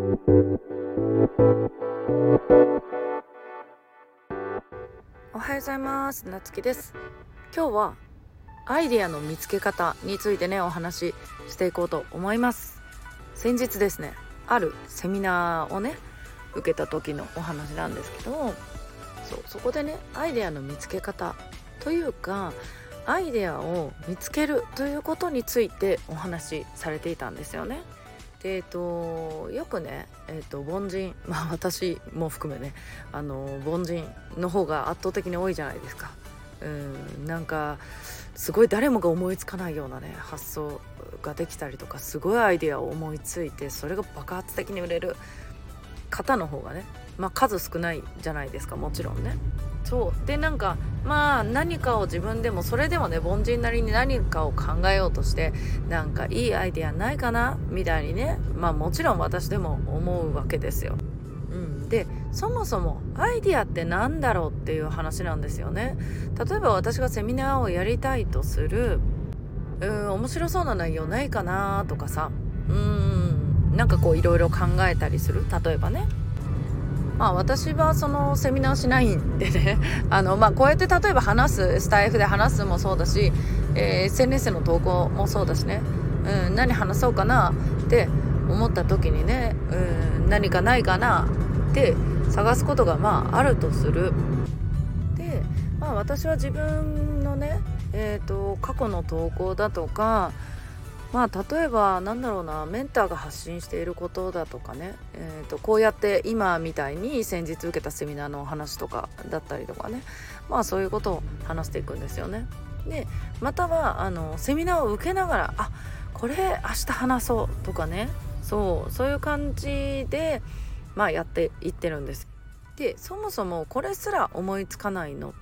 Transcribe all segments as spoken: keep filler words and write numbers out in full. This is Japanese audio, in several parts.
おはようございます。なつきです。今日はアイデアの見つけ方についてねお話ししていこうと思います。先日ですね、あるセミナーをね受けた時のお話なんですけど、そうそこでねアイデアの見つけ方というかアイデアを見つけるということについてお話しされていたんですよね。でえっとよくね、えっと、凡人、まあ私も含めねあの凡人の方が圧倒的に多いじゃないですか。うんなんかすごい誰もが思いつかないようなね発想ができたりとか、すごいアイデアを思いついてそれが爆発的に売れる方の方がね、まあ数少ないじゃないですか、もちろんね。そうでなんかまあ何かを自分でもそれでもね凡人なりに何かを考えようとして、なんかいいアイデアないかなみたいにね、まあもちろん私でも思うわけですよ。うん、でそもそもアイデアってなんだろうっていう話なんですよね。例えば私がセミナーをやりたいとする、うーん面白そうな内容ないかなとかさ、うーんなんかこういろいろ考えたりする。例えばね、まあ私はそのセミナーしないんでねあのまあこうやって例えば話すスタイフで話すもそうだし、えー、エスエヌエス の投稿もそうだしね、うん、何話そうかなって思った時にね、うん、何かないかなって探すことがまああるとする。で、まあ私は自分のね、えーと、過去の投稿だとか、まあ例えばなんだろうな、メンターが発信していることだとかね、えーとこうやって今みたいに先日受けたセミナーのお話とかだったりとかね、まあそういうことを話していくんですよね。でまたはあのセミナーを受けながら、あこれ明日話そうとかね、そうそういう感じでまあやっていってるんです。でそもそもこれすら思いつかないのって、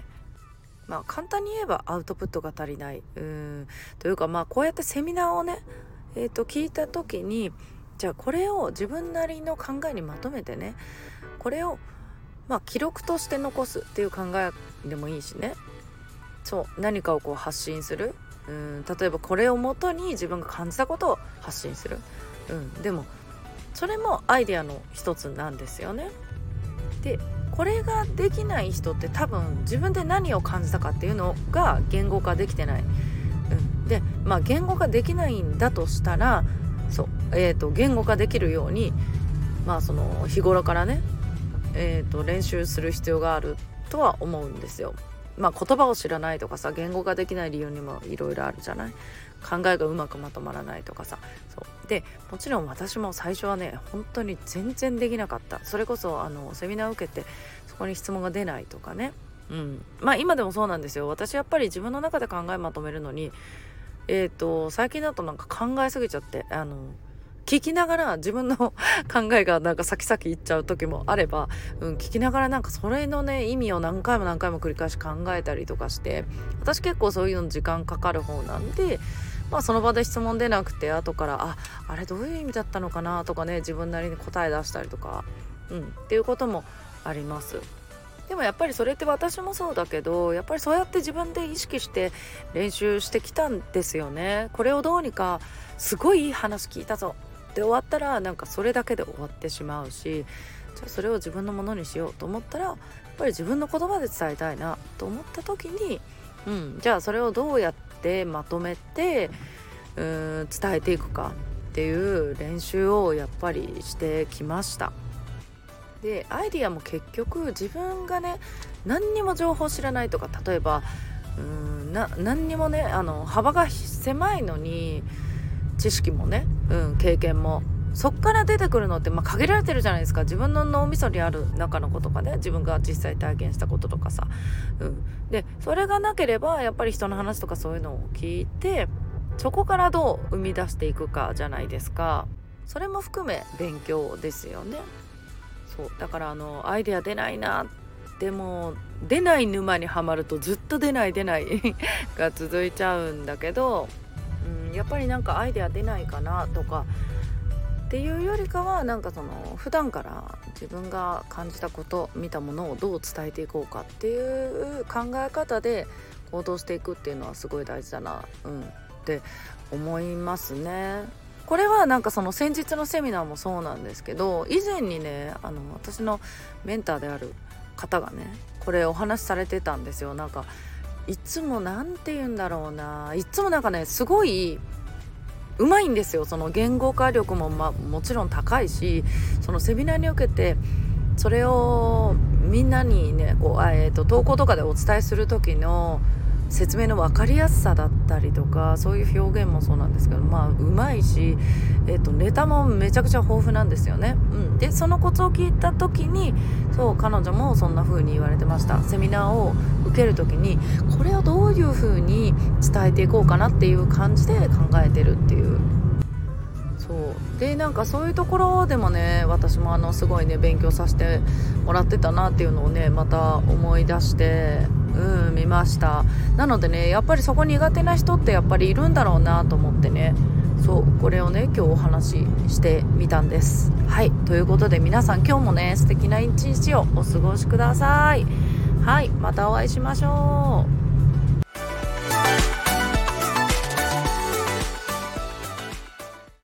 まあ簡単に言えばアウトプットが足りない、うーんというか、まあこうやってセミナーをね、えー、と聞いた時に、じゃあこれを自分なりの考えにまとめてね、これをまあ記録として残すっていう考えでもいいしね、そう何かをこう発信する、うん、例えばこれをもとに自分が感じたことを発信する、うん、でもそれもアイデアの一つなんですよね。でこれができない人って多分自分で何を感じたかっていうのが言語化できてない、うん、でまあ言語化できないんだとしたら、そう、えーと、言語化できるようにまあその日頃からね、えーと、練習する必要があるとは思うんですよ。まあ言葉を知らないとかさ、言語化できない理由にもいろいろあるじゃない。考えがうまくまとまらないとかさ、そうでもちろん私も最初はね本当に全然できなかった。それこそあのセミナーを受けてそこに質問が出ないとかね、うん、まあ今でもそうなんですよ。私やっぱり自分の中で考えまとめるのに、えーと最近だとなんか考えすぎちゃって、あの聞きながら自分の考えがなんか先々行っちゃう時もあれば、うん、聞きながらなんかそれのね意味を何回も何回も繰り返し考えたりとかして、私結構そういうの時間かかる方なんで、まあその場で質問出なくて後からああれどういう意味だったのかなとかね、自分なりに答え出したりとか、うんっていうこともあります。でもやっぱりそれって私もそうだけど、やっぱりそうやって自分で意識して練習してきたんですよね。これをどうにかすごいいい話聞いたぞで終わったらなんかそれだけで終わってしまうし、じゃあそれを自分のものにしようと思ったらやっぱり自分の言葉で伝えたいなと思った時に、うん、じゃあそれをどうやってまとめてうーん伝えていくかっていう練習をやっぱりしてきました。でアイディアも結局自分がね何にも情報知らないとか、例えばうーんな何にもねあの幅が狭いのに知識もね、うん、経験もそっから出てくるのって、まあ、限られてるじゃないですか。自分の脳みそにある中のことかね、自分が実際体験したこととかさ、うん、でそれがなければやっぱり人の話とかそういうのを聞いてそこからどう生み出していくかじゃないですか。それも含め勉強ですよね。そうだからあのアイデア出ないな、でも出ない沼にはまるとずっと出ない出ないが続いちゃうんだけど、うん、やっぱりなんかアイデア出ないかなとかっていうよりかは、なんかその普段から自分が感じたこと見たものをどう伝えていこうかっていう考え方で行動していくっていうのはすごい大事だな、うん、って思いますね。 これはなんかその先日のセミナーもそうなんですけど、以前にねあの私のメンターである方がねこれお話しされてたんですよ。なんかいつもなんて言うんだろうないつもなんかねすごいうまいんですよ。その言語化力も、まあ、もちろん高いし、そのセミナーに受けてそれをみんなにねこう、えーと、投稿とかでお伝えする時の説明の分かりやすさだったりとか、そういう表現もそうなんですけど、まあうまいし、えーと、ネタもめちゃくちゃ豊富なんですよね、うん、でそのコツを聞いた時にそう彼女もそんな風に言われてました。セミナーを受ける時にこれをどういう風に伝えていこうかなっていう感じで考えてるっていう。そうでなんかそういうところでもね私もあのすごいね勉強させてもらってたなっていうのをねまた思い出してうん見ました。なのでねやっぱりそこ苦手な人ってやっぱりいるんだろうなと思ってね、そうこれをね今日お話ししてみたんです。はい、ということで皆さん今日もね素敵な一日をお過ごしください。はい、またお会いしましょう。